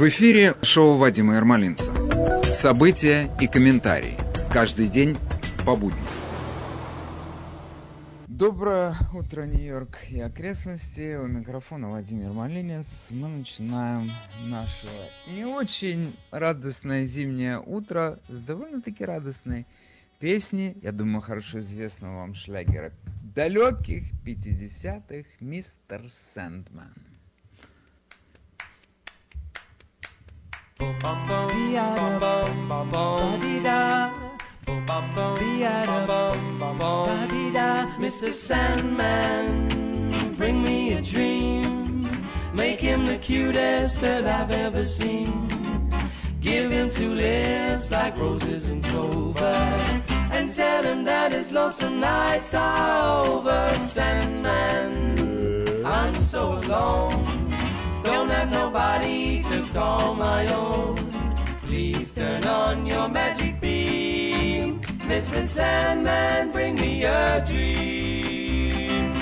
В эфире шоу Вадима Ермолинца. События и комментарии. Каждый день по будням. Доброе утро, Нью-Йорк и окрестности. У микрофона Владимир Ермолинец. Мы начинаем наше не очень радостное зимнее утро с довольно-таки радостной песни, я думаю, хорошо известного вам шлягера далеких 50-х «Мистер Сэндман». Mr. Sandman, bring me a dream. Make him the cutest that I've ever seen. Give him two lips like roses and clover, and tell him that his lonesome nights are over. Sandman, I'm so alone, don't have nobody to call my own. Please turn on your magic beam, Mr. Sandman, bring me a dream.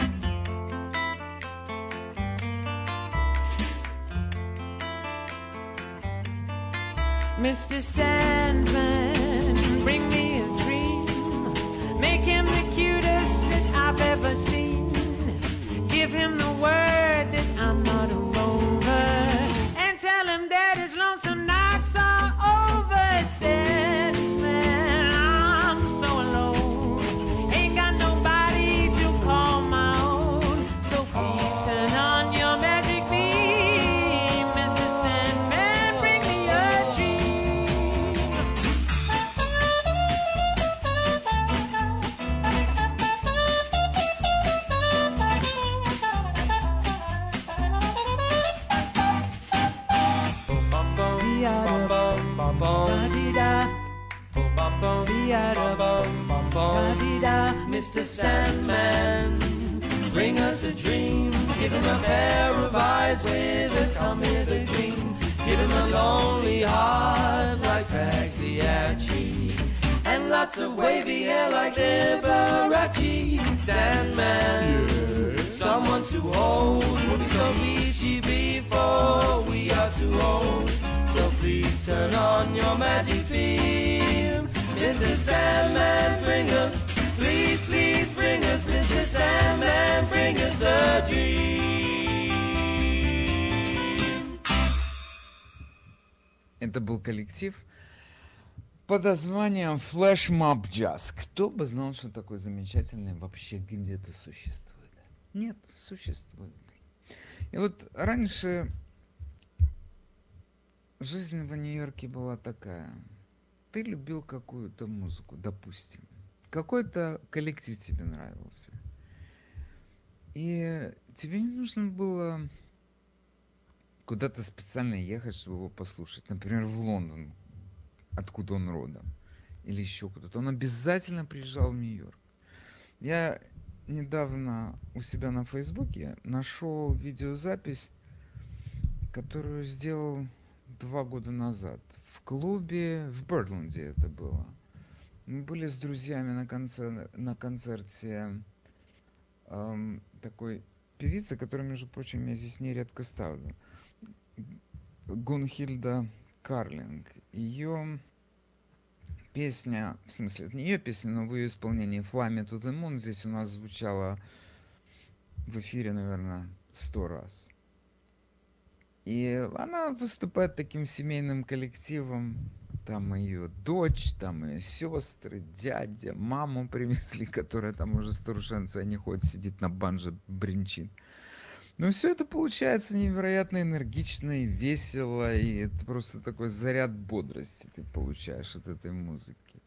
Mr. Sandman, bring me a dream. Make him the cutest that I've ever seen. Give him the word that I'm not a rover, and tell him that his lonesome nights are over. Sandman, I'm so alone, ain't got nobody to call my own. So please turn on your magic beam, Mr. Sandman, bring me a dream. Mr. Sandman, bring us a dream. Give him a pair of eyes with a come hither gleam. Give him a lonely heart like Pagliacci, and lots of wavy hair like Liberace. Sandman, someone to hold. We'll be so peachy before we are too old. So please turn on your magic beam, Mr. Sandman, bring us, please, please bring us, Mr. Sandman, bring us a dream. Это был коллектив под названием Flash Mob Jazz. Кто бы знал, что такое замечательное вообще где-то существует? Нет, существует. И вот раньше жизнь в Нью-Йорке была такая. Ты любил какую-то музыку, допустим. Какой-то коллектив тебе нравился. И тебе не нужно было куда-то специально ехать, чтобы его послушать. Например, в Лондон, откуда он родом. Или еще куда-то. Он обязательно приезжал в Нью-Йорк. Я недавно у себя на Фейсбуке нашел видеозапись, которую сделал 2 года назад. В клубе в Бёрдленде это было. Мы были с друзьями на концерте такой певицы, которую, между прочим, я здесь нередко ставлю. Гунхильда Карлинг. Ее песня, в смысле, это не ее песня, но в ее исполнении «Fly Me to the Moon» здесь у нас звучала в эфире, наверное, 100 раз. И она выступает таким семейным коллективом. Там ее дочь, там ее сестры, дядя, маму привезли, которая там уже старушенция не ходит, сидит на банджо, бренчит. Но все это получается невероятно энергично и весело, и это просто такой заряд бодрости ты получаешь от этой музыки.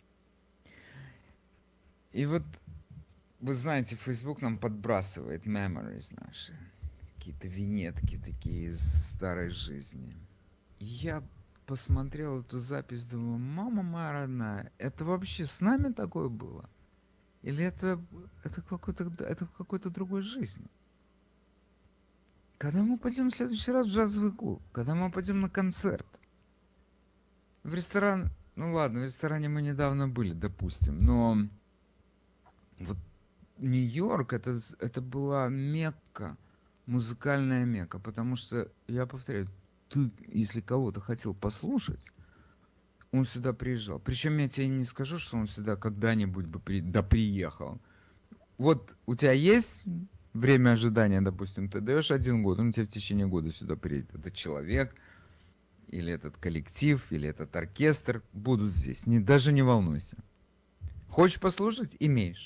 И вот, вы знаете, Facebook нам подбрасывает memories наши, какие-то винетки такие из старой жизни. И я посмотрел эту запись, думаю, мама моя родная, это вообще с нами такое было? Или это какой-то другой жизни? Когда мы пойдем в следующий раз в джазовый клуб? Когда мы пойдем на концерт? В ресторан? Ну ладно, в ресторане мы недавно были, допустим. Но вот Нью-Йорк это была Мекка, музыкальная Мекка. Потому что, я повторяю, ты, если кого-то хотел послушать, он сюда приезжал. Причем я тебе не скажу, что он сюда когда-нибудь бы приехал. Вот у тебя есть время ожидания, допустим, ты даешь 1 год, он тебе в течение года сюда приедет. Этот человек, или этот коллектив, или этот оркестр будут здесь. Даже не волнуйся. Хочешь послушать? Имеешь.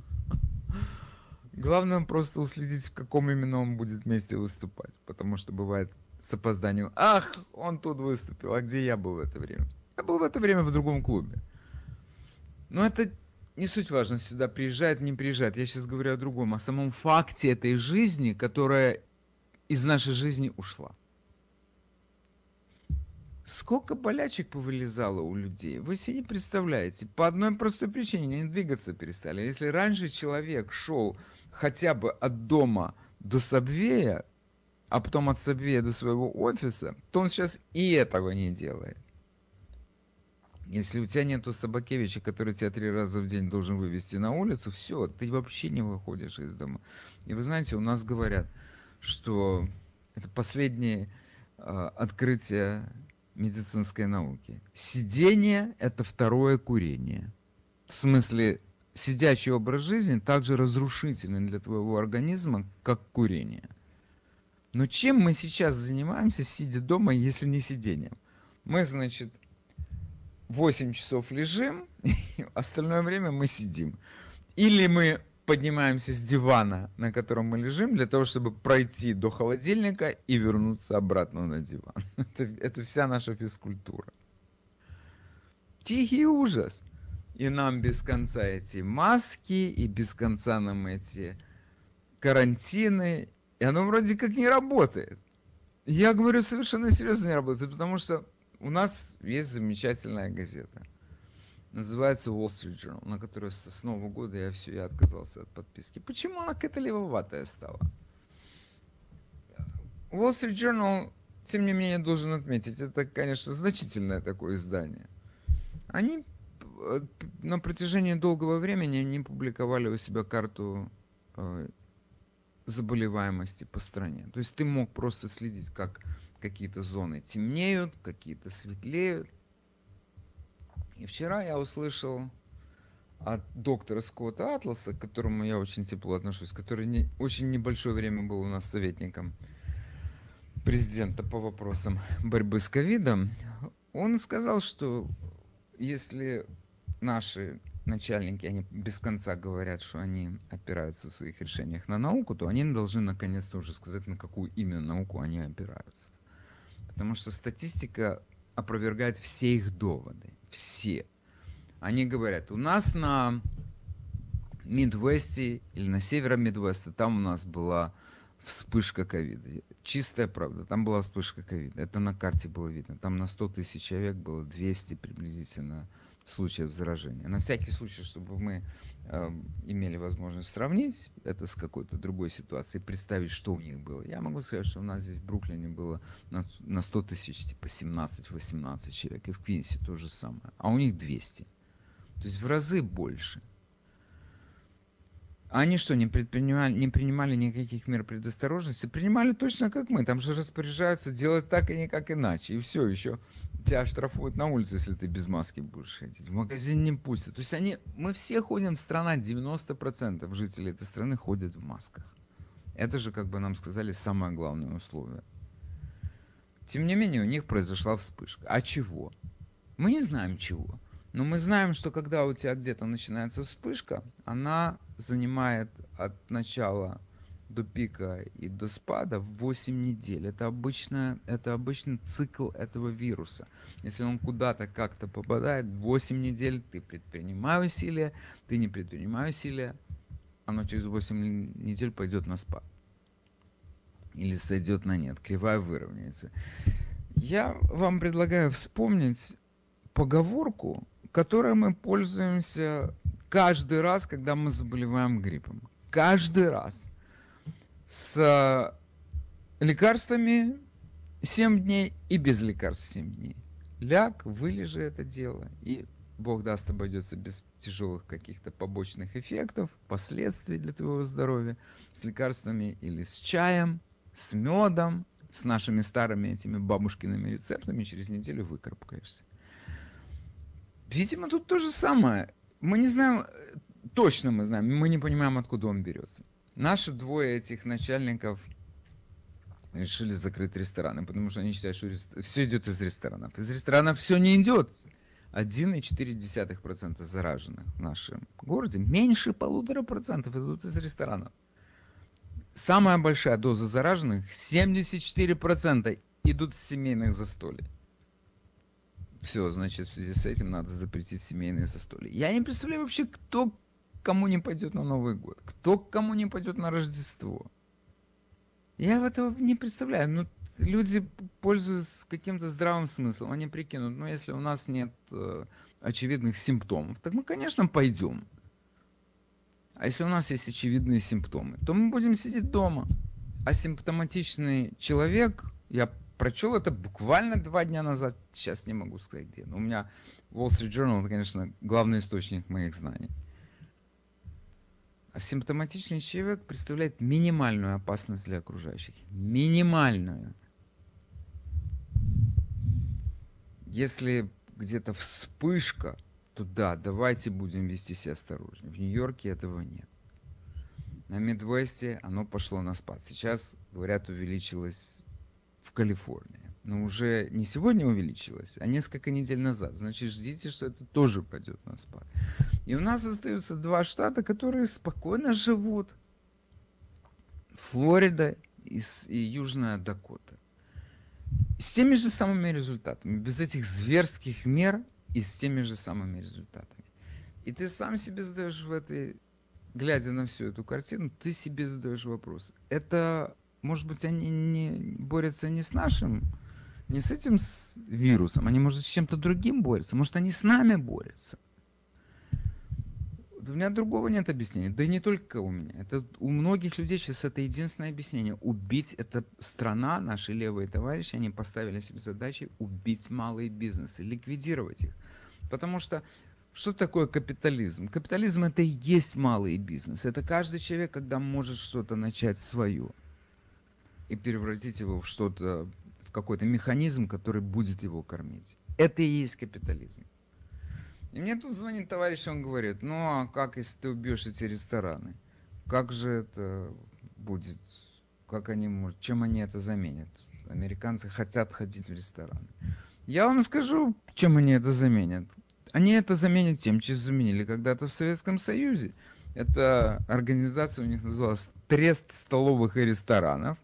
Главное просто уследить, в каком именно он будет месте выступать. Потому что бывает с опозданием. Ах, он тут выступил, а где я был в это время? Я был в это время в другом клубе. Но это не суть важно, сюда приезжает, не приезжает. Я сейчас говорю о другом, о самом факте этой жизни, которая из нашей жизни ушла. Сколько болячек повылезало у людей, вы себе не представляете. По одной простой причине, они двигаться перестали. Если раньше человек шел хотя бы от дома до сабвея, а потом от сабвея до своего офиса, то он сейчас и этого не делает. Если у тебя нету Собакевича, который тебя 3 раза в день должен вывести на улицу, все, ты вообще не выходишь из дома. И вы знаете, у нас говорят, что это последнее открытие медицинской науки. Сидение – это второе курение. В смысле, сидячий образ жизни также разрушительный для твоего организма, как курение. Но чем мы сейчас занимаемся, сидя дома, если не сидением? Мы, значит, 8 часов лежим, остальное время мы сидим. Или мы поднимаемся с дивана, на котором мы лежим, для того, чтобы пройти до холодильника и вернуться обратно на диван. Это вся наша физкультура. Тихий ужас. И нам без конца эти маски, и без конца нам эти карантины. И оно вроде как не работает. Я говорю совершенно серьезно не работает, потому что у нас есть замечательная газета. Называется Wall Street Journal, на которую с Нового года я отказался от подписки. Почему она какая-то левоватая стала? Wall Street Journal, тем не менее, должен отметить, это, конечно, значительное такое издание. Они на протяжении долгого времени не публиковали у себя карту заболеваемости по стране. То есть ты мог просто следить, как какие-то зоны темнеют, какие-то светлеют. И вчера я услышал от доктора Скотта Атласа, к которому я очень тепло отношусь, который очень небольшое время был у нас советником президента по вопросам борьбы с ковидом. Он сказал, что если наши начальники, они без конца говорят, что они опираются в своих решениях на науку, то они должны наконец-то уже сказать, на какую именно науку они опираются. Потому что статистика опровергает все их доводы. Все. Они говорят, у нас на Мидвесте или на севере Мидвеста, там у нас была вспышка ковида. Чистая правда, там была вспышка ковида. Это на карте было видно. Там на 100 тысяч человек было 200 приблизительно случаев заражения. На всякий случай, чтобы мы имели возможность сравнить это с какой-то другой ситуацией, представить, что у них было. Я могу сказать, что у нас здесь в Бруклине было на 100 тысяч типа 17-18 человек. И в Квинсе то же самое. А у них 200. То есть в разы больше. Они что, не принимали никаких мер предосторожности? Принимали точно как мы. Там же распоряжаются делать так и никак иначе. И все, еще тебя штрафуют на улице, если ты без маски будешь ходить. В магазин не пустят. То есть мы все ходим, страна, 90% жителей этой страны ходят в масках. Это же, как бы нам сказали, самое главное условие. Тем не менее, у них произошла вспышка. А чего? Мы не знаем чего. Но мы знаем, что когда у тебя где-то начинается вспышка, она занимает от начала до пика и до спада 8 недель. Это обычный цикл этого вируса. Если он куда-то как-то попадает, 8 недель ты предпринимай усилия, ты не предпринимай усилия, оно через 8 недель пойдет на спад. Или сойдет на нет, кривая выровняется. Я вам предлагаю вспомнить поговорку, которой мы пользуемся каждый раз, когда мы заболеваем гриппом. Каждый раз. С лекарствами 7 дней и без лекарств 7 дней. Ляг, вылежи это дело, и Бог даст, обойдется без тяжелых каких-то побочных эффектов, последствий для твоего здоровья, с лекарствами или с чаем, с медом, с нашими старыми этими бабушкиными рецептами через неделю выкарабкаешься. Видимо, тут то же самое. Мы не знаем, точно мы знаем, мы не понимаем, откуда он берется. Наши двое этих начальников решили закрыть рестораны, потому что они считают, что все идет из ресторанов. Из ресторанов все не идет. 1,4% зараженных в нашем городе, меньше 1,5% идут из ресторанов. Самая большая доза зараженных, 74% идут с семейных застолий. Все, значит, в связи с этим надо запретить семейные застолья. Я не представляю вообще, кто к кому не пойдет на Новый год, кто к кому не пойдет на Рождество. Я этого не представляю. Ну, люди, пользуясь каким-то здравым смыслом, они прикинут, ну, если у нас нет очевидных симптомов, так мы, конечно, пойдем. А если у нас есть очевидные симптомы, то мы будем сидеть дома. Асимптоматичный человек, я прочел это буквально 2 дня назад, сейчас не могу сказать где, но у меня Wall Street Journal, это, конечно, главный источник моих знаний. Асимптоматичный человек представляет минимальную опасность для окружающих. Минимальную. Если где-то вспышка, то да, давайте будем вести себя осторожнее. В Нью-Йорке этого нет. На Мидвесте оно пошло на спад. Сейчас, говорят, увеличилось в Калифорнии. Но уже не сегодня увеличилось, а несколько недель назад. Значит, ждите, что это тоже пойдет на спад. И у нас остаются 2 штата, которые спокойно живут. Флорида и Южная Дакота. С теми же самыми результатами. Без этих зверских мер и с теми же самыми результатами. И ты сам себе задаешь в этой, глядя на всю эту картину, ты себе задаешь вопрос. Это, может быть, они не борются не с нашим, не с этим вирусом, они, может, с чем-то другим борются, может, они с нами борются. У меня другого нет объяснения. Да и не только у меня. Это у многих людей сейчас это единственное объяснение. Убить, это страна, наши левые товарищи, они поставили себе задачей убить малые бизнесы, ликвидировать их. Потому что что такое капитализм? Капитализм это и есть малый бизнес. Это каждый человек, когда может что-то начать свое и превратить его в что-то, в какой-то механизм, который будет его кормить. Это и есть капитализм. И мне тут звонит товарищ, он говорит, ну а как, если ты убьешь эти рестораны? Как же это будет? Как они, чем они это заменят? Американцы хотят ходить в рестораны. Я вам скажу, чем они это заменят. Они это заменят тем, чем заменили когда-то в Советском Союзе. Эта организация у них называлась Трест столовых и ресторанов.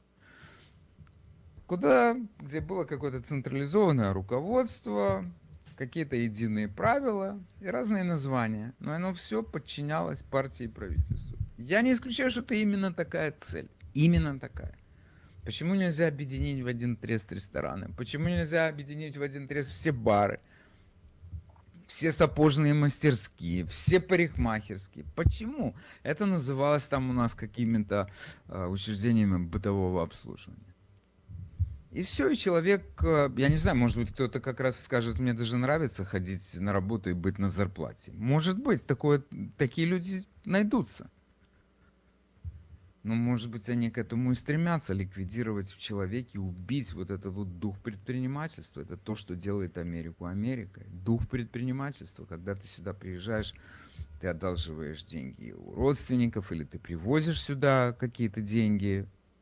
Где было какое-то централизованное руководство, какие-то единые правила и разные названия. Но оно все подчинялось партии и правительству. Я не исключаю, что это именно такая цель. Именно такая. Почему нельзя объединить в один трест рестораны? Почему нельзя объединить в один трест все бары? Все сапожные мастерские, все парикмахерские. Почему? Это называлось там у нас какими-то учреждениями бытового обслуживания. И все, и человек, я не знаю, может быть, кто-то как раз скажет, мне даже нравится ходить на работу и быть на зарплате. Может быть, такие люди найдутся. Но, может быть, они к этому и стремятся, ликвидировать в человеке, убить вот этот вот дух предпринимательства. Это то, что делает Америку Америкой. Дух предпринимательства. Когда ты сюда приезжаешь, ты одалживаешь деньги у родственников, или ты привозишь сюда какие-то деньги.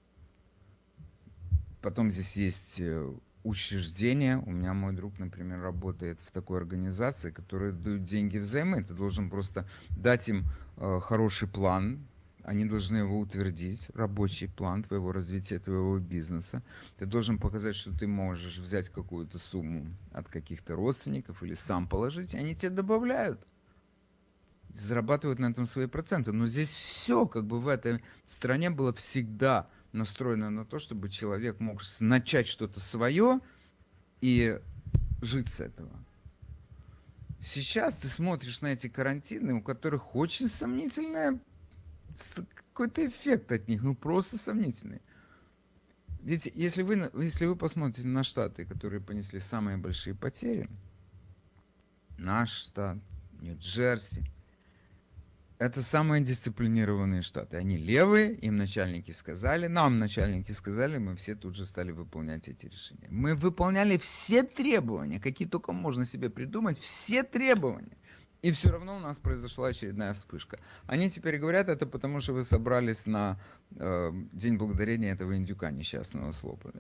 Потом здесь есть учреждения. У меня мой друг, например, работает в такой организации, которая дает деньги взаймы. Ты должен просто дать им хороший план. Они должны его утвердить, рабочий план твоего развития, твоего бизнеса. Ты должен показать, что ты можешь взять какую-то сумму от каких-то родственников или сам положить, и они тебе добавляют. Зарабатывают на этом свои проценты. Но здесь все, как бы в этой стране было всегда настроено на то, чтобы человек мог начать что-то свое и жить с этого. Сейчас ты смотришь на эти карантины, у которых очень сомнительная какой-то эффект от них, ну просто сомнительный. Ведь если вы посмотрите на штаты, которые понесли самые большие потери, наш штат, Нью-Джерси, Это самые дисциплинированные штаты. Они левые, им начальники сказали, нам начальники сказали, мы все тут же стали выполнять эти решения. Мы выполняли все требования, какие только можно себе придумать, все требования. И все равно у нас произошла очередная вспышка. Они теперь говорят, это потому что вы собрались на День Благодарения этого индюка несчастного слопали.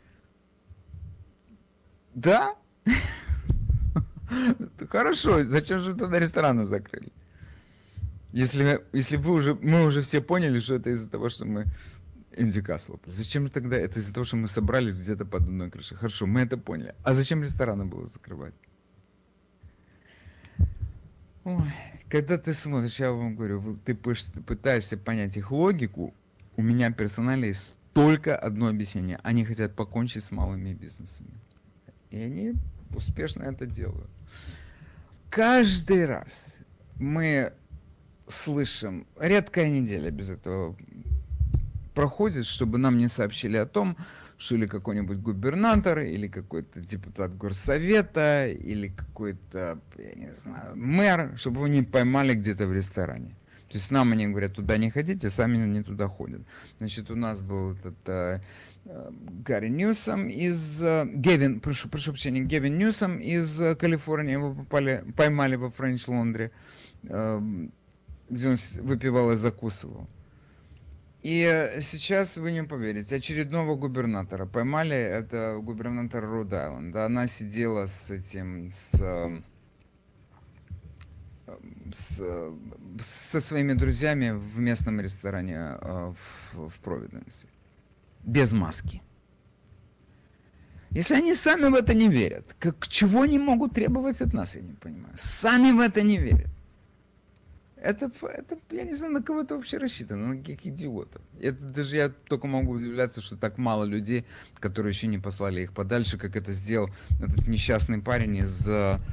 Да? Хорошо, зачем же тогда рестораны закрыли? Если мы уже все поняли, что это из-за того, что мы индюка слопали. Зачем тогда это из-за того, что мы собрались где-то под одной крышей? Хорошо, мы это поняли. А зачем рестораны было закрывать? Ой, когда ты смотришь, я вам говорю, ты пытаешься понять их логику, у меня персонально есть только одно объяснение. Они хотят покончить с малыми бизнесами. И они успешно это делают. Каждый раз мы слышим, редкая неделя без этого проходит, чтобы нам не сообщили о том, что или какой-нибудь губернатор, или какой-то депутат горсовета, или какой-то, я не знаю, мэр, чтобы его не поймали где-то в ресторане. То есть нам они говорят, туда не ходите, сами не туда ходят. Значит, у нас был этот Гарри Ньюсом из Гевин Ньюсом из Калифорнии, его поймали во Френч Лондре, где он выпивал и закусывал. И сейчас вы не поверите, очередного губернатора поймали, это губернатор Род-Айленда. Она сидела со своими друзьями в местном ресторане в Провиденсе. Без маски. Если они сами в это не верят, чего они могут требовать от нас, я не понимаю. Сами в это не верят. Это, я не знаю, на кого это вообще рассчитано, на каких идиотов. Даже я только могу удивляться, что так мало людей, которые еще не послали их подальше, как это сделал этот несчастный парень из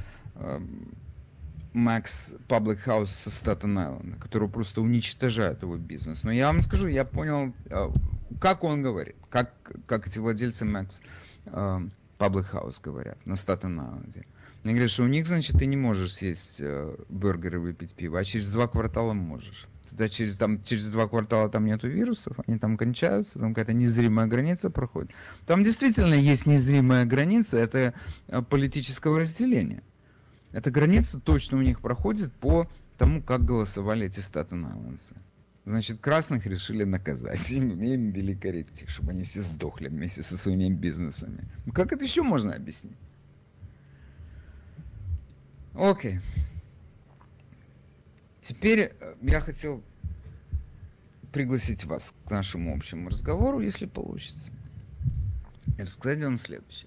Max Public House со Статен-Айленда, который просто уничтожает его бизнес. Но я вам скажу, я понял, как он говорит, как эти владельцы Max Public House говорят на Статен-Айленде. Мне говорят, что у них, значит, ты не можешь съесть бургер и выпить пиво, а через 2 квартала можешь. Тогда через 2 квартала там нету вирусов, они там кончаются, там какая-то незримая граница проходит. Там действительно есть незримая граница, это политического разделения. Эта граница точно у них проходит по тому, как голосовали эти статен-айлендцы. Значит, красных решили наказать. Им вели корректив, чтобы они все сдохли вместе со своими бизнесами. Как это еще можно объяснить? Окей. Теперь я хотел пригласить вас к нашему общему разговору, если получится, и рассказать вам следующее.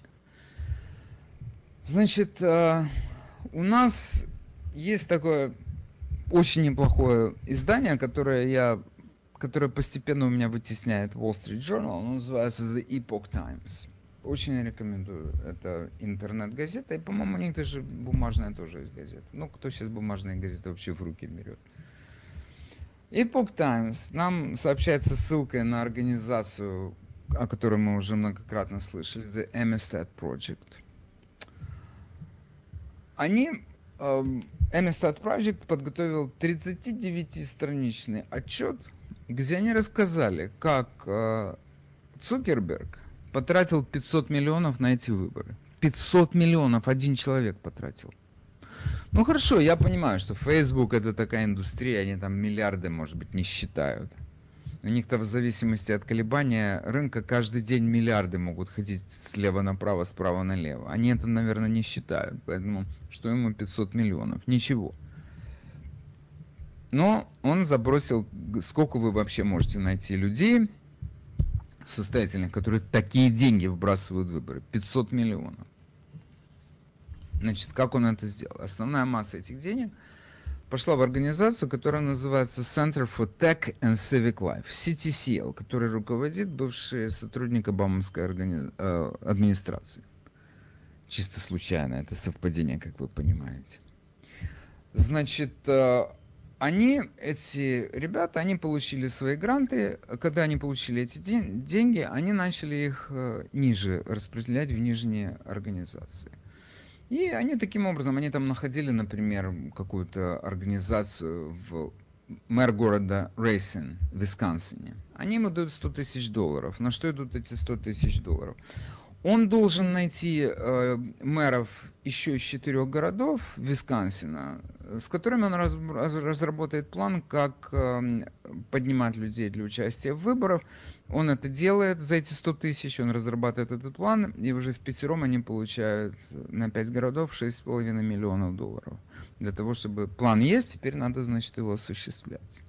Значит, у нас есть такое очень неплохое издание, которое постепенно у меня вытесняет Wall Street Journal. Оно называется The Epoch Times. Очень рекомендую. Это интернет-газета. И, по-моему, у них даже бумажная тоже есть газета. Ну, кто сейчас бумажные газеты вообще в руки берет? Epoch Times нам сообщается ссылкой на организацию, о которой мы уже многократно слышали, The Amistad Project. Amistad Project подготовил 39-страничный отчет, где они рассказали, как Цукерберг потратил 500 миллионов на эти выборы. 500 миллионов один человек потратил. Ну хорошо, я понимаю, что Facebook это такая индустрия, они там миллиарды, может быть, не считают. У них-то в зависимости от колебания рынка каждый день миллиарды могут ходить слева направо, справа налево. Они это, наверное, не считают. Поэтому что ему 500 миллионов? Ничего. Но он забросил, сколько вы вообще можете найти людей состоятельных, которые такие деньги вбрасывают в выборы. 500 миллионов. Значит, как он это сделал? Основная масса этих денег пошла в организацию, которая называется Center for Tech and Civic Life, CTCL, который руководит бывший сотрудник Обамовской администрации. Чисто случайно, это совпадение, как вы понимаете. Значит, эти ребята, они получили свои гранты. Когда они получили эти деньги, они начали их ниже распределять в нижние организации. И они таким образом, они там находили, например, какую-то организацию в мэр города Рейсин в Висконсине. Они ему дают $100 тысяч. На что идут эти $100 тысяч? Он должен найти мэров еще из 4 городов Висконсина, с которыми он разработает план, как поднимать людей для участия в выборах. Он это делает за эти 100 тысяч, он разрабатывает этот план, и уже впятером они получают на 5 городов $6,5 миллионов. Для того, чтобы план есть, теперь надо, значит, его осуществлять.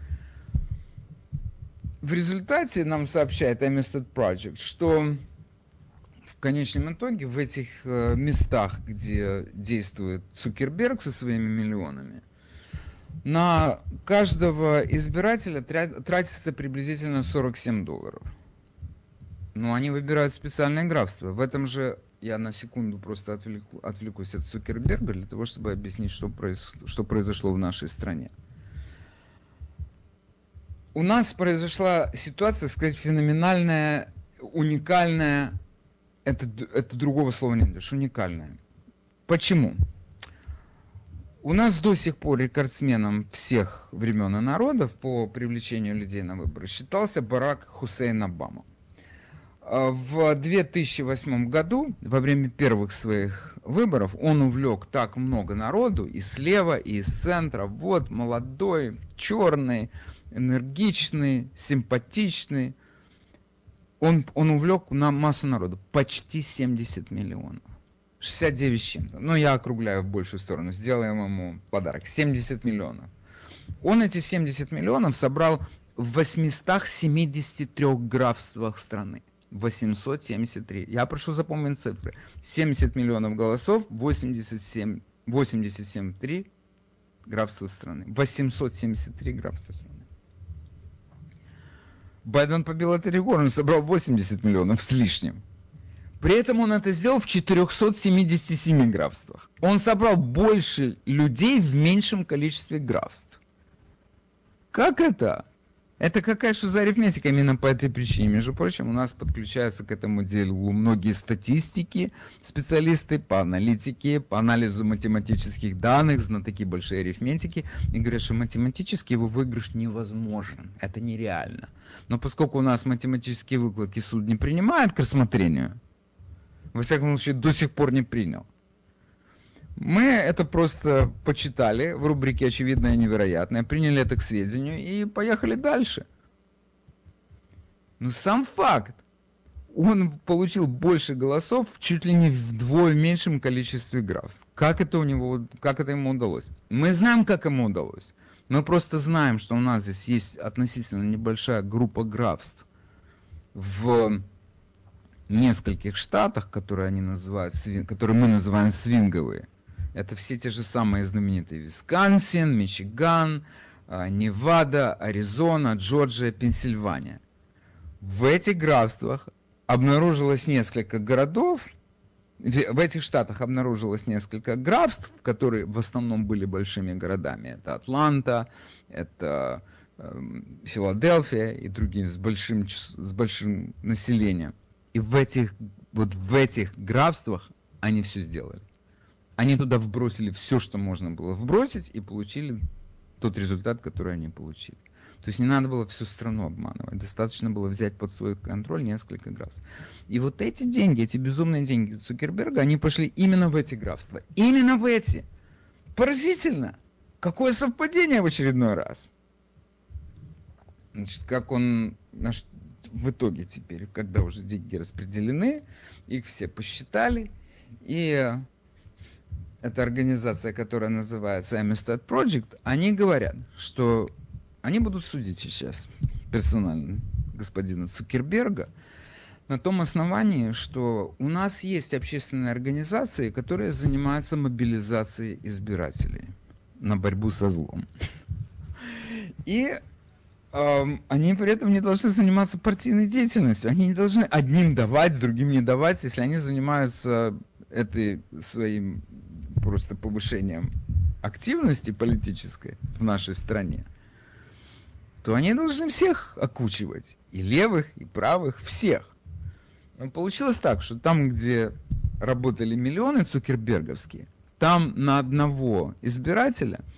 В результате нам сообщает Amistad Project, что в конечном итоге в этих местах, где действует Цукерберг со своими миллионами, на каждого избирателя тратится приблизительно $47. Но они выбирают специальное графство. В этом же я на секунду просто отвлекусь от Цукерберга для того, чтобы объяснить, что произошло в нашей стране. У нас произошла ситуация, сказать, феноменальная, уникальная. Это другого слова не найдешь, уникальная. Почему? У нас до сих пор рекордсменом всех времен и народов по привлечению людей на выборы считался Барак Хусейн Обама. В 2008 году, во время первых своих выборов, он увлек так много народу и слева, и из центра. Вот, молодой, черный, энергичный, симпатичный. Он увлек на массу народу. Почти 70 миллионов. 69 с чем-то. Но я округляю в большую сторону. Сделаем ему подарок. 70 миллионов. Он эти 70 миллионов собрал в 873 графствах страны. 873. Я прошу запомнить цифры. 70 миллионов голосов, 87,3 графства страны. 873 графства страны. Байден побил этот рекорд, он собрал 80 миллионов с лишним. При этом он это сделал в 477 графствах. Он собрал больше людей в меньшем количестве графств. Как это? Это какая же за арифметика именно по этой причине? Между прочим, у нас подключаются к этому делу многие статистики, специалисты по аналитике, по анализу математических данных, знатоки большой арифметики, и говорят, что математически его выигрыш невозможен, это нереально. Но поскольку у нас математические выкладки суд не принимает к рассмотрению, во всяком случае до сих пор не принял, мы это просто почитали в рубрике «Очевидное и невероятное», приняли это к сведению и поехали дальше. Но сам факт, он получил больше голосов чуть ли не вдвое меньшем количестве графств. Как это ему удалось? Мы знаем, как ему удалось. Мы просто знаем, что у нас здесь есть относительно небольшая группа графств в нескольких штатах, которые мы называем свинговые. Это все те же самые знаменитые Висконсин, Мичиган, Невада, Аризона, Джорджия, Пенсильвания. В этих графствах обнаружилось несколько городов, в этих штатах обнаружилось несколько графств, которые в основном были большими городами. Это Атланта, это Филадельфия и другие с большим населением. И в этих графствах они все сделали. Они туда вбросили все, что можно было вбросить, и получили тот результат, который они получили. То есть не надо было всю страну обманывать. Достаточно было взять под свой контроль несколько графств. И вот эти деньги, эти безумные деньги Цукерберга, они пошли именно в эти графства. Именно в эти. Поразительно. Какое совпадение в очередной раз. Значит, как он в итоге теперь, когда уже деньги распределены, их все посчитали, и эта организация, которая называется Amistad Project, они говорят, что они будут судить сейчас персонально господина Цукерберга на том основании, что у нас есть общественные организации, которые занимаются мобилизацией избирателей на борьбу со злом. И они при этом не должны заниматься партийной деятельностью. Они не должны одним давать, другим не давать, если они занимаются своим просто повышением активности политической в нашей стране, то они должны всех окучивать. И левых, и правых, всех. Но получилось так, что там, где работали миллионы цукерберговские, там на одного избирателя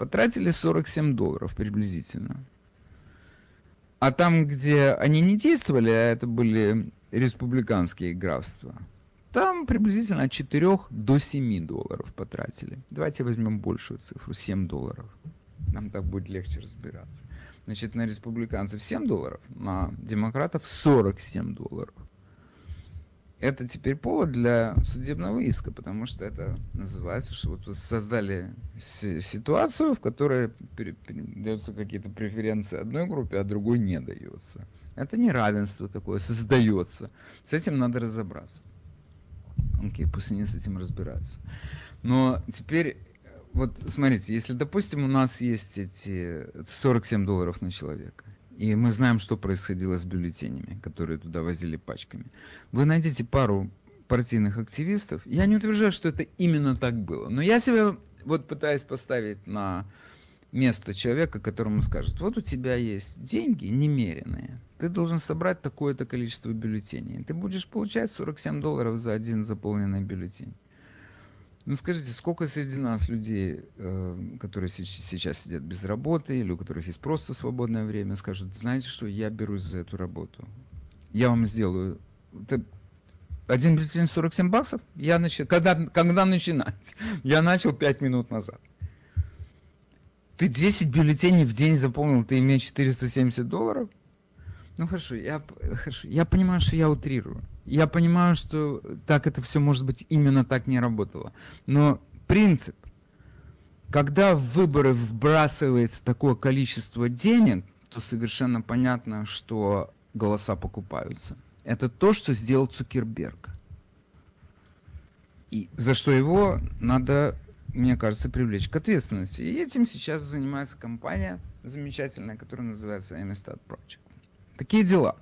потратили $47 приблизительно. А там, где они не действовали, а это были республиканские графства, там приблизительно от 4 до $7 потратили. Давайте возьмем большую цифру, $7. Нам так будет легче разбираться. Значит, на республиканцев $7, на демократов $47. Это теперь повод для судебного иска, потому что это называется, что вот создали ситуацию, в которой даются какие-то преференции одной группе, а другой не дается. Это неравенство такое создается. С этим надо разобраться. Окей, пусть они с этим разбираются. Но теперь, вот смотрите, если, допустим, у нас есть эти $47 на человека, и мы знаем, что происходило с бюллетенями, которые туда возили пачками. Вы найдите пару партийных активистов. Я не утверждаю, что это именно так было. Но я себя вот пытаюсь поставить на место человека, которому скажут: вот у тебя есть деньги немеренные. Ты должен собрать такое-то количество бюллетеней. Ты будешь получать $47 за один заполненный бюллетень. Ну скажите, сколько среди нас людей, которые сейчас сидят без работы, или у которых есть просто свободное время, скажут: знаете что, я берусь за эту работу. Я вам сделаю... Один бюллетень $47? Когда начинать? Я начал 5 минут назад. Ты 10 бюллетеней в день заполнил, ты имеешь $470? Ну хорошо, я понимаю, что я утрирую. Я понимаю, что так это все, может быть, именно так не работало. Но принцип, когда в выборы вбрасывается такое количество денег, то совершенно понятно, что голоса покупаются. Это то, что сделал Цукерберг. И за что его надо, мне кажется, привлечь к ответственности. И этим сейчас занимается компания замечательная, которая называется Amistad Project. Такие дела.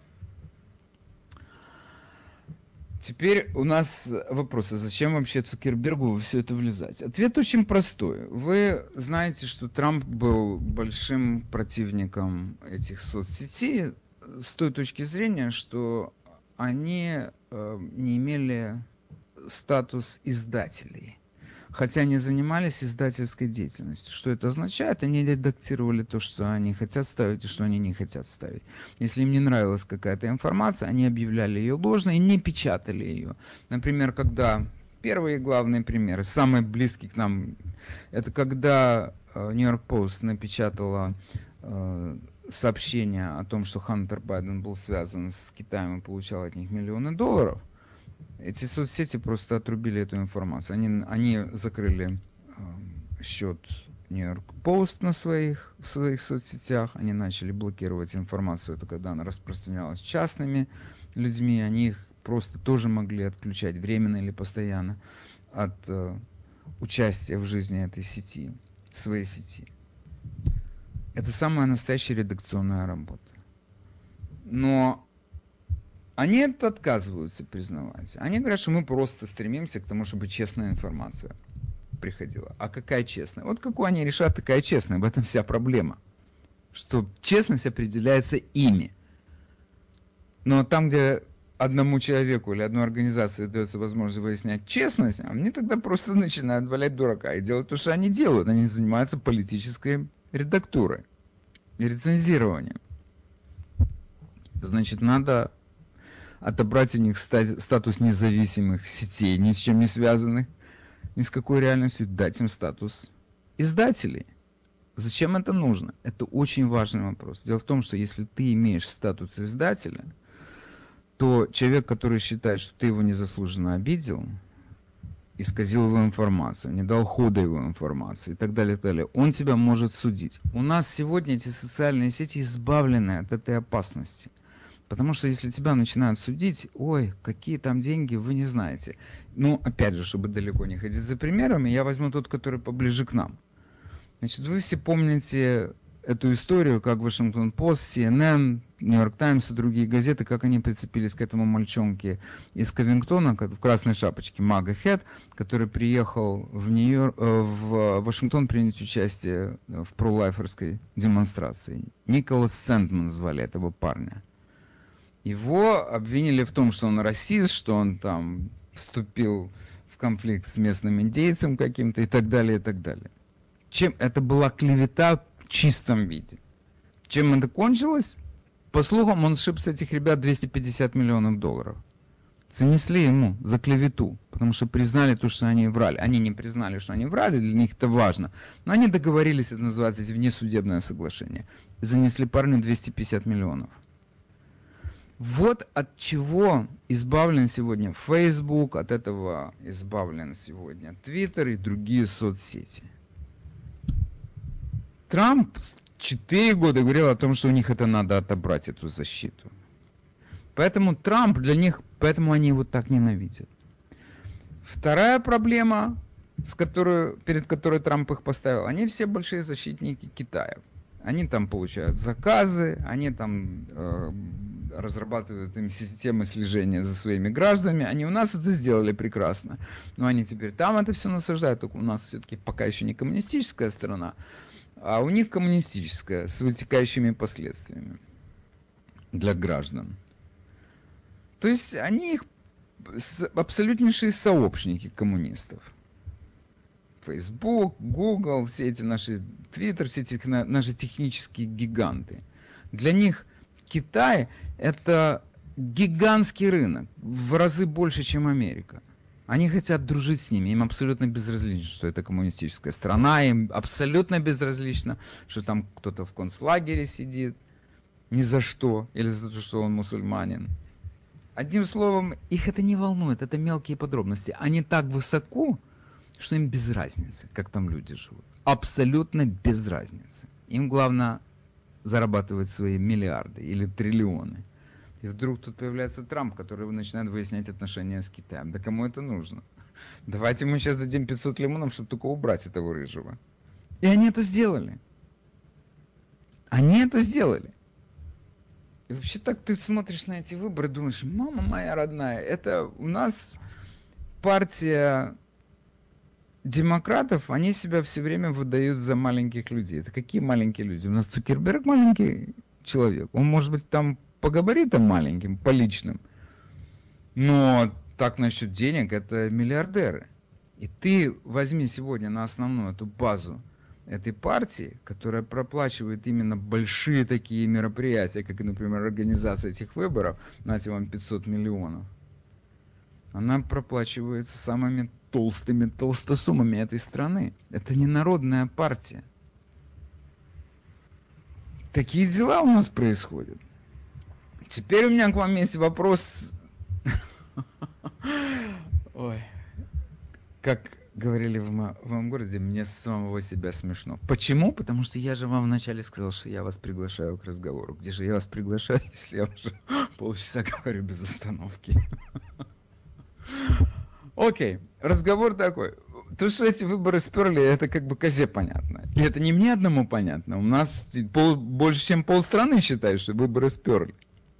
Теперь у нас вопрос: а зачем вообще Цукербергу во все это влезать? Ответ очень простой. Вы знаете, что Трамп был большим противником этих соцсетей с той точки зрения, что они не имели статус издателей. Хотя они занимались издательской деятельностью. Что это означает? Они редактировали то, что они хотят ставить, и что они не хотят ставить. Если им не нравилась какая-то информация, они объявляли ее ложной и не печатали ее. Например, когда... Первые главные примеры, самые близкие к нам, это когда New York Post напечатала сообщение о том, что Хантер Байден был связан с Китаем и получал от них миллионы долларов. Эти соцсети просто отрубили эту информацию. Они закрыли счет New York Post в своих соцсетях. Они начали блокировать информацию. Это когда она распространялась частными людьми. Они их просто тоже могли отключать временно или постоянно от участия в жизни этой сети, своей сети. Это самая настоящая редакционная работа. Но они это отказываются признавать. Они говорят, что мы просто стремимся к тому, чтобы честная информация приходила. А какая честная? Вот какую они решат, такая честная. В этом вся проблема. Что честность определяется ими. Но там, где одному человеку или одной организации дается возможность выяснять честность, они тогда просто начинают валять дурака и делать то, что они делают. Они занимаются политической редактурой и рецензированием. Значит, надо отобрать у них статус независимых сетей, ни с чем не связанных, ни с какой реальностью, дать им статус издателей. Зачем это нужно? Это очень важный вопрос. Дело в том, что если ты имеешь статус издателя, то человек, который считает, что ты его незаслуженно обидел, исказил его информацию, не дал хода его информации и так далее, он тебя может судить. У нас сегодня эти социальные сети избавлены от этой опасности. Потому что если тебя начинают судить, ой, какие там деньги, вы не знаете. Ну, опять же, чтобы далеко не ходить за примерами, я возьму тот, который поближе к нам. Значит, вы все помните эту историю, как Washington Post, CNN, New York Times и другие газеты, как они прицепились к этому мальчонке из Ковингтона в красной шапочке, MAGA Head, который приехал в Вашингтон принять участие в пролайферской демонстрации. Николас Сэндман звали этого парня. Его обвинили в том, что он расист, что он там вступил в конфликт с местным индейцем каким-то и так далее, и так далее. Чем это была клевета в чистом виде. Чем это кончилось? По слухам, он сшиб с этих ребят $250 миллионов. Занесли ему за клевету, потому что признали то, что они врали. Они не признали, что они врали, для них это важно. Но они договорились, это называется внесудебное соглашение. И занесли парню 250 миллионов. Вот от чего избавлен сегодня Facebook, от этого избавлен сегодня Twitter и другие соцсети. Трамп 4 года говорил о том, что у них это надо отобрать, эту защиту. Поэтому Трамп для них, поэтому они его так ненавидят. Вторая проблема, перед которой Трамп их поставил, они все большие защитники Китая. Они там получают заказы, они там разрабатывают им системы слежения за своими гражданами. Они у нас это сделали прекрасно. Но они теперь там это все насаждают. Только у нас все-таки пока еще не коммунистическая страна, а у них коммунистическая с вытекающими последствиями для граждан. То есть они их абсолютнейшие сообщники коммунистов. Facebook, Google, все эти наши Twitter, все эти наши технические гиганты. Для них Китай это гигантский рынок, в разы больше, чем Америка. Они хотят дружить с ними, им абсолютно безразлично, что это коммунистическая страна, им абсолютно безразлично, что там кто-то в концлагере сидит, ни за что, или за то, что он мусульманин. Одним словом, их это не волнует, это мелкие подробности. Они так высоко, что им без разницы, как там люди живут. Абсолютно без разницы. Им главное зарабатывать свои миллиарды или триллионы. И вдруг тут появляется Трамп, который начинает выяснять отношения с Китаем. Да кому это нужно? Давайте мы сейчас дадим 500 лимонов, чтобы только убрать этого рыжего. И они это сделали. Они это сделали. И вообще так ты смотришь на эти выборы и думаешь, мама моя родная, это у нас партия демократов, они себя все время выдают за маленьких людей. Это какие маленькие люди? У нас Цукерберг маленький человек. Он может быть там по габаритам маленьким, по личным. Но так насчет денег это миллиардеры. И ты возьми сегодня на основную эту базу этой партии, которая проплачивает именно большие такие мероприятия, как, например, организация этих выборов, знаете, вам 500 миллионов. Она проплачивается самыми толстыми толстосумами этой страны. Это не народная партия. Такие дела у нас происходят. Теперь у меня к вам есть вопрос. Ой, как говорили в моем городе, мне с самого себя смешно. Почему? Потому что я же вам вначале сказал, что я вас приглашаю к разговору. Где же я вас приглашаю, если я уже полчаса говорю без остановки? Окей, разговор такой. То, что эти выборы сперли, это как бы козе понятно. И это не мне одному понятно. У нас больше, чем полстраны считают, что выборы сперли.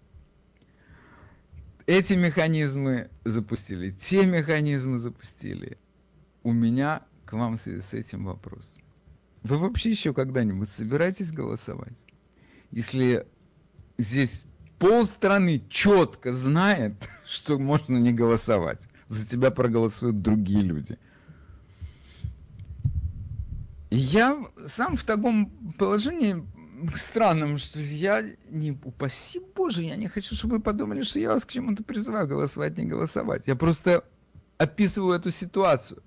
Эти механизмы запустили, те механизмы запустили. У меня к вам в связи с этим вопрос. Вы вообще еще когда-нибудь собираетесь голосовать? Если здесь полстраны четко знает, что можно не голосовать, за тебя проголосуют другие люди. И я сам в таком положении странном, что я не, упаси Боже, я не хочу, чтобы вы подумали, что я вас к чему-то призываю, голосовать, не голосовать. Я просто описываю эту ситуацию.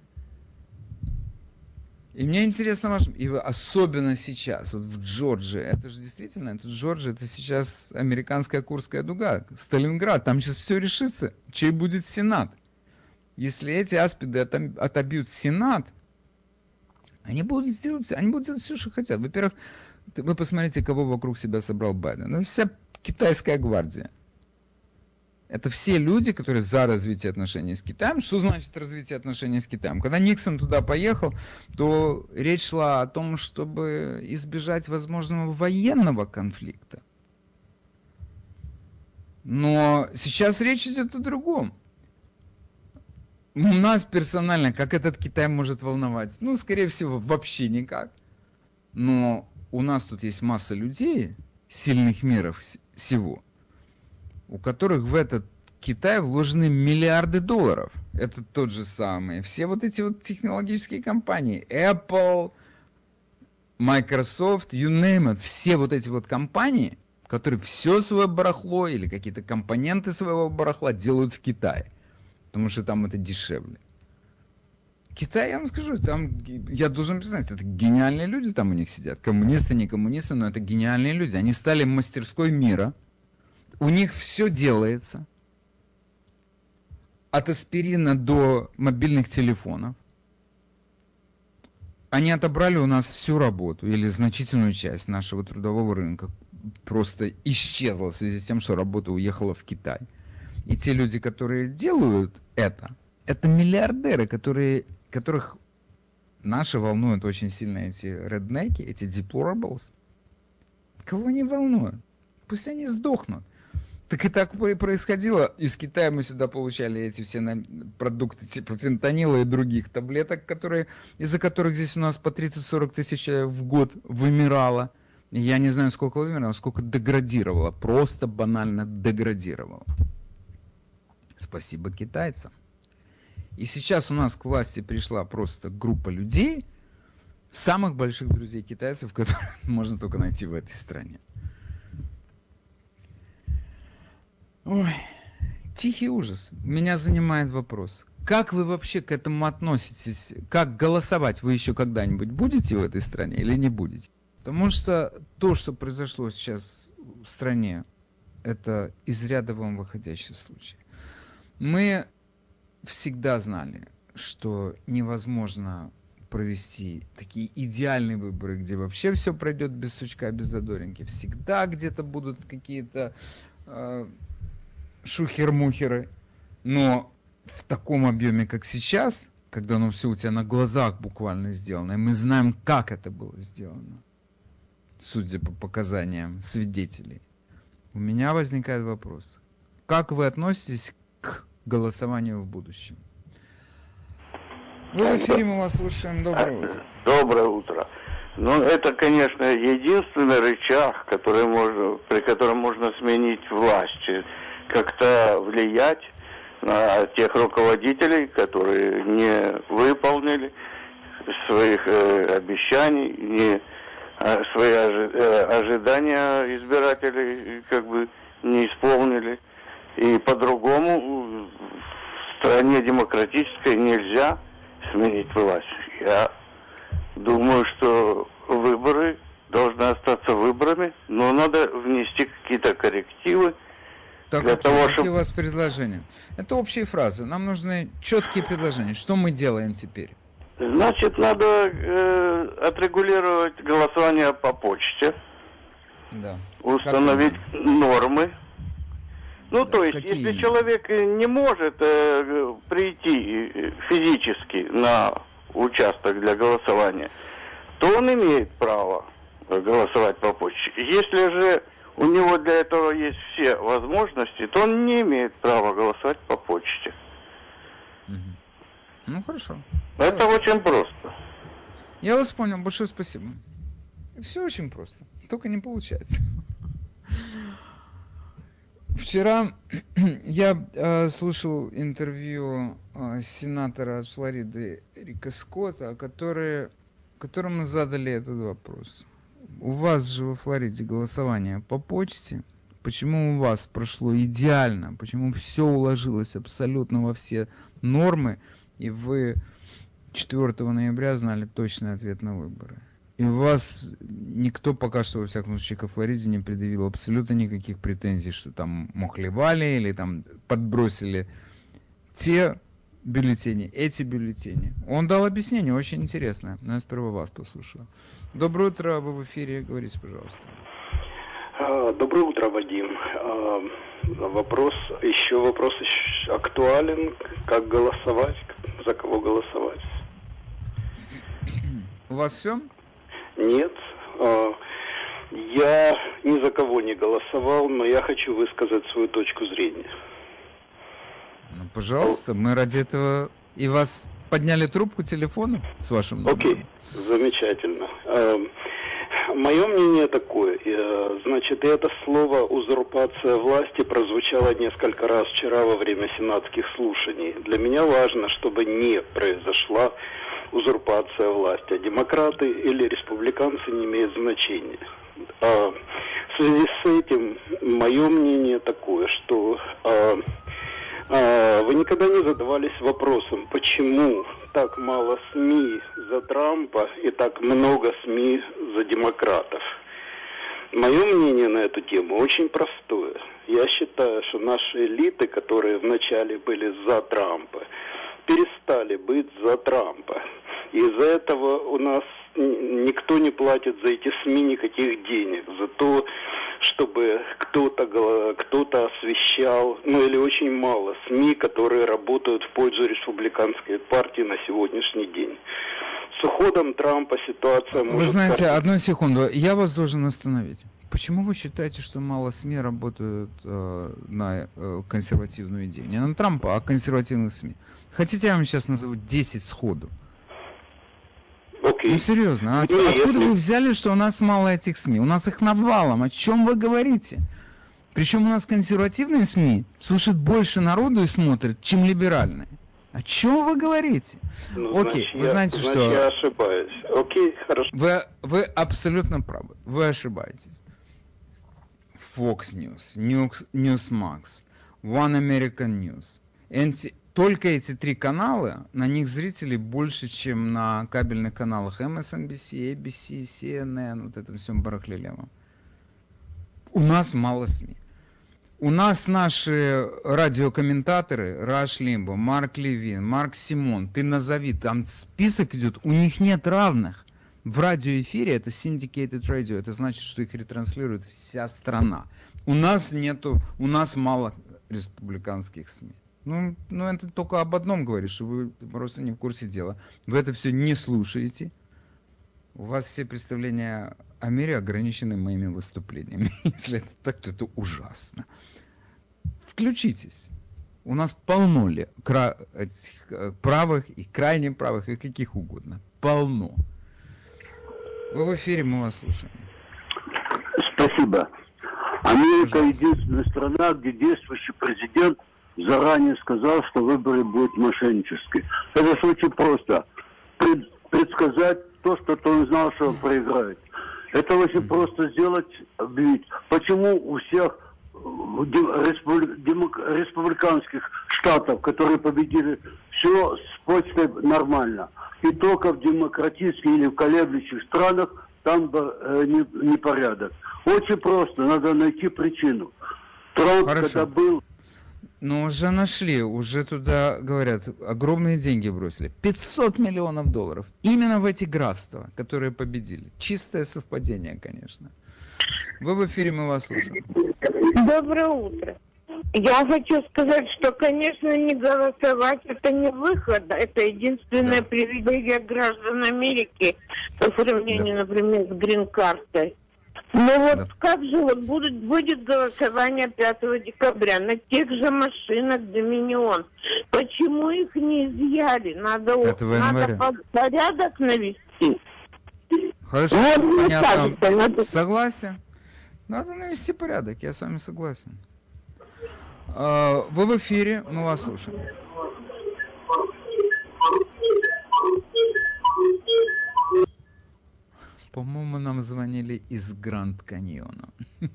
И мне интересно, и особенно сейчас, вот в Джорджии, это же действительно, это Джорджия, это сейчас американская Курская дуга, Сталинград, там сейчас все решится, чей будет Сенат. Если эти аспиды отобьют Сенат, они будут делать все, что хотят. Во-первых, вы посмотрите, кого вокруг себя собрал Байден. Это вся китайская гвардия. Это все люди, которые за развитие отношений с Китаем. Что значит развитие отношений с Китаем? Когда Никсон туда поехал, то речь шла о том, чтобы избежать возможного военного конфликта. Но сейчас речь идет о другом. У нас персонально, как этот Китай может волновать? Ну, скорее всего, вообще никак. Но у нас тут есть масса людей, сильных миров всего, у которых в этот Китай вложены миллиарды долларов. Это тот же самый. Все вот эти вот технологические компании. Apple, Microsoft, you name it, все вот эти вот компании, которые все свое барахло или какие-то компоненты своего барахла делают в Китае, потому что там это дешевле. Китай, я вам скажу, там, я должен признать, это гениальные люди там у них сидят. Коммунисты, не коммунисты, но это гениальные люди. Они стали мастерской мира. У них все делается. От аспирина до мобильных телефонов. Они отобрали у нас всю работу или значительную часть нашего трудового рынка. Просто исчезла в связи с тем, что работа уехала в Китай. И те люди, которые делают это миллиардеры, которых наши волнуют очень сильно эти реднеки, эти deplorables. Кого не волнует? Пусть они сдохнут. Так и так происходило. Из Китая мы сюда получали эти все продукты типа фентанила и других таблеток, из-за которых здесь у нас по 30-40 тысяч в год вымирало. И я не знаю, сколько вымирало, сколько деградировало. Просто банально деградировало. Спасибо китайцам. И сейчас у нас к власти пришла просто группа людей, самых больших друзей китайцев, которых можно только найти в этой стране. Ой, тихий ужас. Меня занимает вопрос. Как вы вообще к этому относитесь? Как голосовать вы еще когда-нибудь будете в этой стране или не будете? Потому что то, что произошло сейчас в стране, это из ряда вон выходящий случай. Мы всегда знали, что невозможно провести такие идеальные выборы, где вообще все пройдет без сучка, без задоринки. Всегда где-то будут какие-то шухер-мухеры. Но в таком объеме, как сейчас, когда оно все у тебя на глазах буквально сделано, и мы знаем, как это было сделано, судя по показаниям свидетелей, у меня возникает вопрос. Как вы относитесь к голосованию в будущем? Вы в эфире, мы вас слушаем. Доброе утро. Доброе утро. Ну, это, конечно, единственный рычаг, при котором можно сменить власть, как-то влиять на тех руководителей, которые не выполнили своих обещаний, свои ожидания избирателей как бы не исполнили. И по-другому в стране демократической нельзя сменить власть. Я думаю, что выборы должны остаться выборами, но надо внести какие-то коррективы. Так, какие у вас предложения? Это общие фразы. Нам нужны четкие предложения. Что мы делаем теперь? Значит, надо отрегулировать голосование по почте. Да. Установить нормы. Ну, то есть, Какие если человек не может прийти физически на участок для голосования, то он имеет право голосовать по почте. Если же у него для этого есть все возможности, то он не имеет права голосовать по почте. Ну, хорошо. Это очень просто. Я вас понял. Большое спасибо. Все очень просто. Только не получается. Вчера я слушал интервью сенатора от Флориды Рика Скотта, которому задали этот вопрос. У вас же во Флориде голосование по почте. Почему у вас прошло идеально? Почему все уложилось абсолютно во все нормы, и вы 4 ноября знали точный ответ на выборы? И у вас никто пока что, во всяком случае, ко Флориде не предъявил абсолютно никаких претензий, что там мухлевали или там подбросили те бюллетени, эти бюллетени. Он дал объяснение, очень интересное, но я сперва вас послушаю. Доброе утро, вы в эфире, говорите, пожалуйста. Доброе утро, Вадим. Вопрос актуален, как голосовать, за кого голосовать. У вас все? Нет, я ни за кого не голосовал, но я хочу высказать свою точку зрения. Ну, пожалуйста, мы ради этого и вас подняли трубку телефона с вашим номером. Окей, замечательно. Мое мнение такое, значит, это слово «узурпация власти» прозвучало несколько раз вчера во время сенатских слушаний. Для меня важно, чтобы не произошла узурпация власти, а демократы или республиканцы не имеет значения. В связи с этим мое мнение такое, что вы никогда не задавались вопросом, почему так мало СМИ за Трампа и так много СМИ за демократов. Мое мнение на эту тему очень простое. Я считаю, что наши элиты, которые вначале были за Трампа, перестали быть за Трампа. Из-за этого у нас никто не платит за эти СМИ никаких денег. За то, чтобы кто-то освещал, или очень мало СМИ, которые работают в пользу республиканской партии на сегодняшний день. С уходом Трампа ситуация может... Вы знаете, одну секунду, я вас должен остановить. Почему вы считаете, что мало СМИ работают на консервативную идею? Не на Трампа, а консервативных СМИ. Хотите, я вам сейчас назову 10 сходу? Окей. Ну серьезно, откуда вы взяли, что у нас мало этих СМИ? У нас их навалом. О чем вы говорите? Причем у нас консервативные СМИ слушают больше народу и смотрят, чем либеральные. О чем вы говорите? Окей, значит, вы знаете, что... я ошибаюсь. Окей, хорошо. Вы абсолютно правы. Вы ошибаетесь. Fox News, Newsmax, One American News. Только эти 3 канала, на них зрителей больше, чем на кабельных каналах MSNBC, ABC, CNN, вот этом всем барахлелевом. У нас мало СМИ. У нас наши радиокомментаторы, Раш Лимбо, Марк Левин, Марк Симон, ты назови, там список идет, у них нет равных. В радиоэфире это syndicated radio, это значит, что их ретранслирует вся страна. У нас мало республиканских СМИ. Ну, это только об одном говорит, что вы просто не в курсе дела. Вы это все не слушаете. У вас все представления о мире ограничены моими выступлениями. Если это так, то это ужасно. Включитесь. У нас полно правых и крайне правых, и каких угодно. Полно. Вы в эфире, мы вас слушаем. Спасибо. Америка единственная страна, где действующий президент заранее сказал, что выборы будут мошеннические. Это очень просто. Предсказать то, что он знал, что он проиграет. Это очень просто сделать, объявить. Почему у всех республиканских штатов, которые победили, все с почтой нормально. И только в демократических или в колеблющих странах там непорядок. Очень просто. Надо найти причину. Трамп, когда был... Ну, уже нашли, уже туда, говорят, огромные деньги бросили. $500 миллионов. Именно в эти графства, которые победили. Чистое совпадение, конечно. Вы в эфире, мы вас слушаем. Доброе утро. Я хочу сказать, что, конечно, не голосовать это не выход. Это единственная привилегия граждан Америки по сравнению, например, с грин-картой. Но вот как же будет голосование 5 декабря на тех же машинах Доминион? Почему их не изъяли? Надо порядок навести. Хорошо, понятно. Согласен. Надо навести порядок, я с вами согласен. Вы в эфире, мы вас слушаем. По-моему, нам звонили из Гранд Каньона.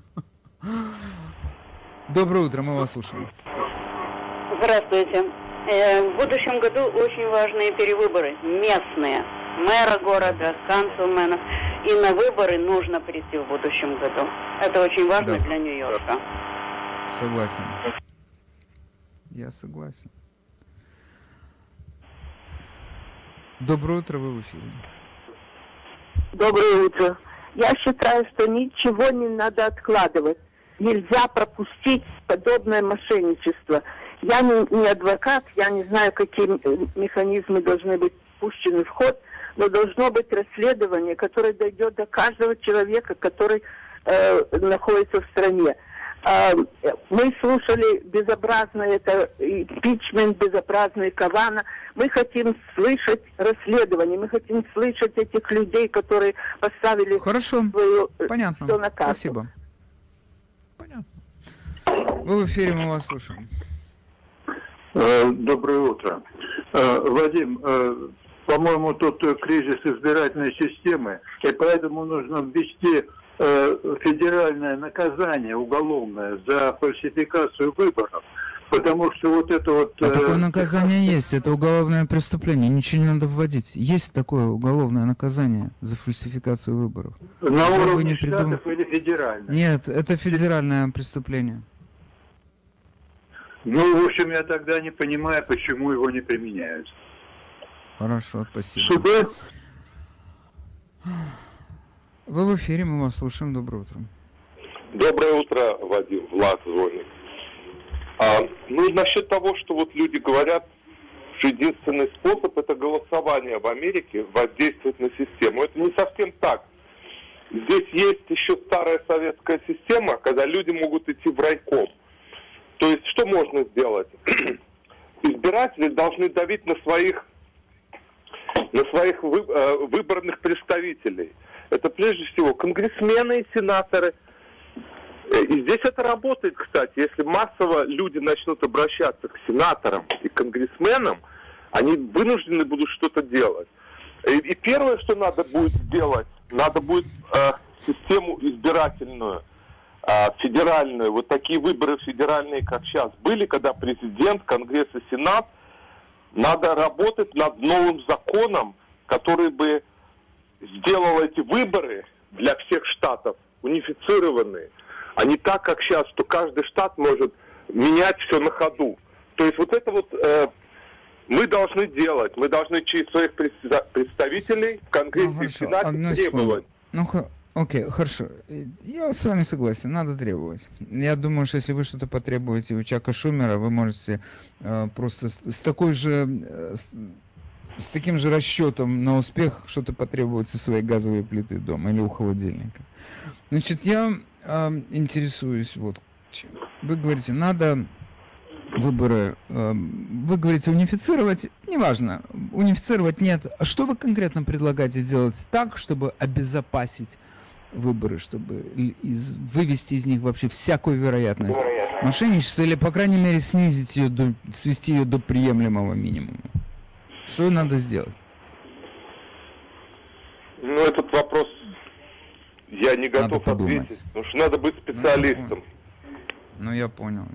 Доброе утро, мы вас слушаем. Здравствуйте. В будущем году очень важные перевыборы, местные. Мэра города, канцлменов. И на выборы нужно прийти в будущем году. Это очень важно для Нью-Йорка. Согласен. Я согласен. Доброе утро, вы в эфире. Доброе утро. Я считаю, что ничего не надо откладывать. Нельзя пропустить подобное мошенничество. Я не адвокат, я не знаю, какие механизмы должны быть пущены в ход, но должно быть расследование, которое дойдет до каждого человека, который находится в стране. Мы слушали безобразное это импичмент, безобразный Кавана. Мы хотим слышать расследование, мы хотим слышать этих людей, которые поставили свою... Понятно. Все на карту. Спасибо. Понятно. Вы в эфире, мы вас слушаем. Доброе утро. Вадим, по-моему, тут кризис избирательной системы, и поэтому нужно ввести федеральное наказание уголовное за фальсификацию выборов. Потому что вот это вот... такое наказание есть, это уголовное преступление, ничего не надо вводить. Есть такое уголовное наказание за фальсификацию выборов. На уровне штатов или федеральное? Нет, это федеральное преступление. Ну, в общем, я тогда не понимаю, почему его не применяют. Хорошо, спасибо. Суды? Вы в эфире, мы вас слушаем. Доброе утро. Доброе утро, Вадим. Влад звонит. Ну, насчет того, что вот люди говорят, что единственный способ — это голосование в Америке, воздействовать на систему. Это не совсем так. Здесь есть еще старая советская система, когда люди могут идти в райком. То есть, что можно сделать? Избиратели должны давить на своих выбранных представителей. Это прежде всего конгрессмены и сенаторы. И здесь это работает, кстати. Если массово люди начнут обращаться к сенаторам и конгрессменам, они вынуждены будут что-то делать. И первое, что надо будет сделать, надо будет систему избирательную, федеральную, вот такие выборы федеральные, как сейчас были, когда президент, конгресс и сенат, надо работать над новым законом, который бы сделал эти выборы для всех штатов унифицированные, а не так, как сейчас, что каждый штат может менять все на ходу. То есть вот это вот мы должны делать, мы должны через своих представителей в Конгрессе и в Сенате требовать. Окей, хорошо. Я с вами согласен, надо требовать. Я думаю, что если вы что-то потребуете у Чака Шумера, вы можете просто с таким же расчетом на успех что-то потребовать у своей газовой плиты дома или у холодильника. Значит, я интересуюсь вот чем. Вы говорите, надо выборы, вы говорите унифицировать, неважно, унифицировать нет. А что вы конкретно предлагаете сделать так, чтобы обезопасить выборы, чтобы вывести из них вообще всякую вероятность мошенничества или, по крайней мере, снизить ее, свести ее до приемлемого минимума? Что надо сделать? Ну, этот вопрос я не готов ответить, потому что надо быть специалистом. Ну, я понял.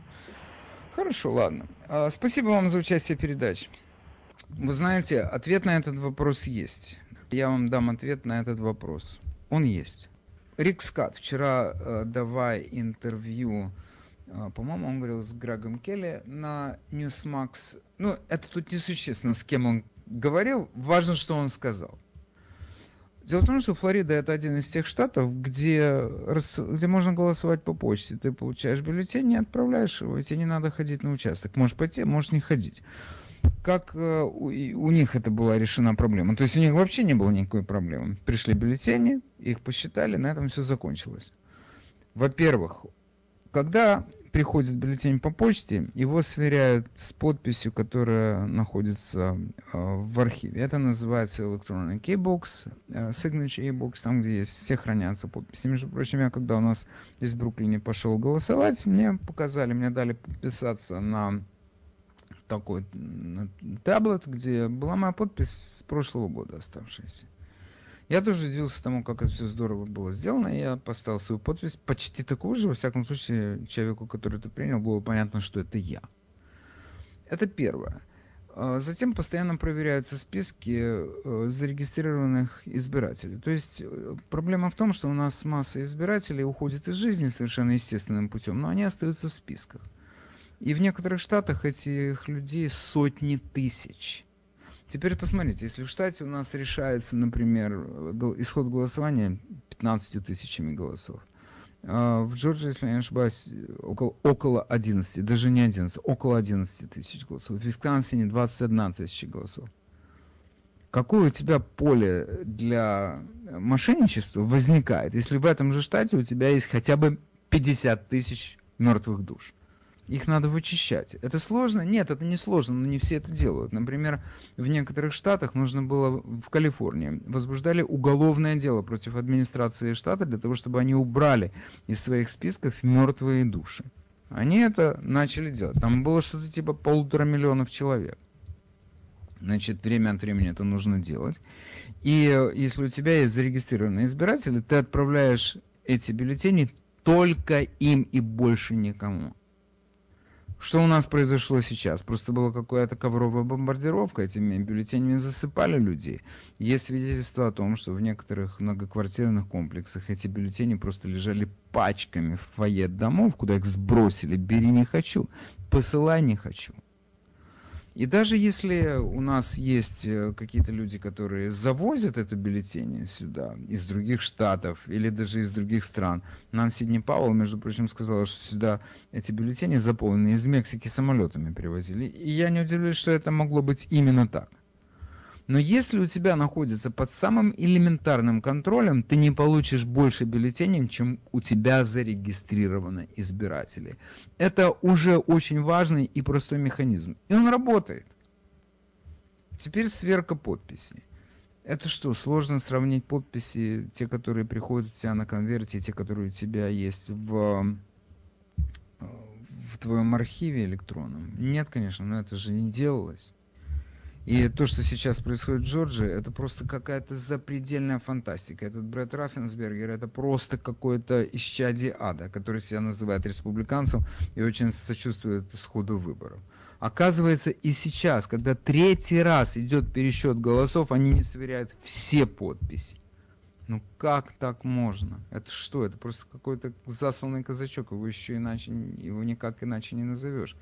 Хорошо, ладно. Спасибо вам за участие в передаче. Вы знаете, ответ на этот вопрос есть. Я вам дам ответ на этот вопрос. Он есть. Рик Скотт вчера, давая интервью, по-моему, он говорил с Грегом Келли на Newsmax. Ну, это тут несущественно, с кем он говорил. Важно, что он сказал. Дело в том, что Флорида — это один из тех штатов, где можно голосовать по почте. Ты получаешь бюллетень, не отправляешь его, и тебе не надо ходить на участок. Можешь пойти, можешь не ходить. Как у них это была решена проблема. То есть у них вообще не было никакой проблемы. Пришли бюллетени, их посчитали, на этом все закончилось. Во-первых, когда приходит бюллетень по почте, его сверяют с подписью, которая находится в архиве. Это называется Electronic e-box, Signature e-box, там, где есть, все хранятся подписи. Между прочим, я когда у нас здесь в Бруклине пошел голосовать, мне дали подписаться на такой таблет, где была моя подпись с прошлого года оставшаяся. Я тоже удивился тому, как это все здорово было сделано, и я поставил свою подпись почти такую же, во всяком случае, человеку, который это принял, было понятно, что это я. Это первое. Затем постоянно проверяются списки зарегистрированных избирателей. То есть проблема в том, что у нас масса избирателей уходит из жизни совершенно естественным путем, но они остаются в списках. И в некоторых штатах этих людей сотни тысяч. Теперь посмотрите, если в штате у нас решается, например, исход голосования 15 тысячами голосов, в Джорджии, если я не ошибаюсь, около 11, даже не 11, около 11 тысяч голосов, в Висконсине 21 тысяча голосов. Какое у тебя поле для мошенничества возникает, если в этом же штате у тебя есть хотя бы 50 тысяч мертвых душ? Их надо вычищать. Это сложно? Нет, это не сложно, но не все это делают. Например, в некоторых штатах нужно было, в Калифорнии, возбуждали уголовное дело против администрации штата для того, чтобы они убрали из своих списков мертвые души. Они это начали делать. Там было что-то типа 1,5 миллиона человек. Значит, время от времени это нужно делать. И если у тебя есть зарегистрированные избиратели, ты отправляешь эти бюллетени только им и больше никому. Что у нас произошло сейчас? Просто была какая-то ковровая бомбардировка, этими бюллетенями засыпали людей. Есть свидетельство о том, что в некоторых многоквартирных комплексах эти бюллетени просто лежали пачками в фойе домов, куда их сбросили. Бери не хочу, посылай не хочу. И даже если у нас есть какие-то люди, которые завозят это бюллетени сюда, из других штатов или даже из других стран, нам Сидни Пауэлл, между прочим, сказала, что сюда эти бюллетени заполненные из Мексики самолетами привозили. И я не удивлюсь, что это могло быть именно так. Но если у тебя находится под самым элементарным контролем, ты не получишь больше бюллетеней, чем у тебя зарегистрировано избирателей. Это уже очень важный и простой механизм. И он работает. Теперь сверка подписей. Это что, сложно сравнить подписи, те, которые приходят у тебя на конверте, и те, которые у тебя есть в твоем архиве электронном? Нет, конечно, но это же не делалось. И то, что сейчас происходит в Джорджии, это просто какая-то запредельная фантастика. Этот Бретт Раффенсбергер, это просто какое-то исчадие ада, который себя называет республиканцем и очень сочувствует исходу выборов. Оказывается, и сейчас, когда третий раз идет пересчет голосов, они не сверяют все подписи. Ну как так можно? Это что? Это просто какой-то засланный казачок, его еще иначе, его никак иначе не назовешь.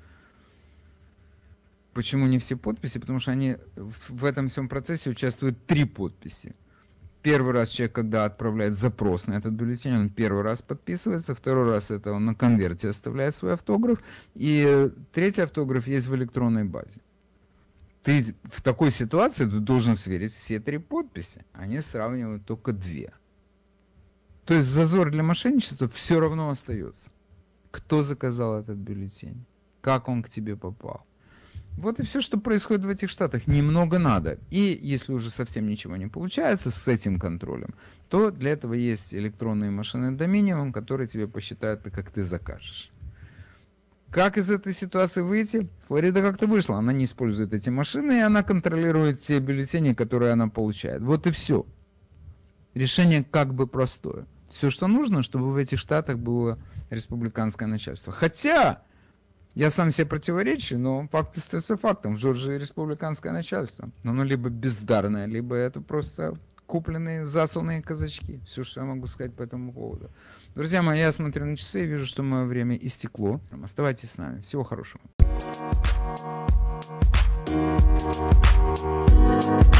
Почему не все подписи? Потому что они в этом всем процессе участвуют 3 подписи. Первый раз человек, когда отправляет запрос на этот бюллетень, он первый раз подписывается, второй раз это он на конверте оставляет свой автограф, и третий автограф есть в электронной базе. Ты в такой ситуации ты должен сверить все 3 подписи. Они сравнивают только 2. То есть зазор для мошенничества все равно остается. Кто заказал этот бюллетень? Как он к тебе попал? Вот и все, что происходит в этих штатах. Немного надо. И если уже совсем ничего не получается с этим контролем, то для этого есть электронные машины Dominion, которые тебе посчитают, как ты закажешь. Как из этой ситуации выйти? Флорида как-то вышла. Она не использует эти машины, и она контролирует те бюллетени, которые она получает. Вот и все. Решение как бы простое. Все, что нужно, чтобы в этих штатах было республиканское начальство. Хотя... Я сам себе противоречу, но факт остается фактом. В Джорджии республиканское начальство. Но оно либо бездарное, либо это просто купленные, засланные казачки. Все, что я могу сказать по этому поводу. Друзья мои, я смотрю на часы и вижу, что мое время истекло. Оставайтесь с нами. Всего хорошего.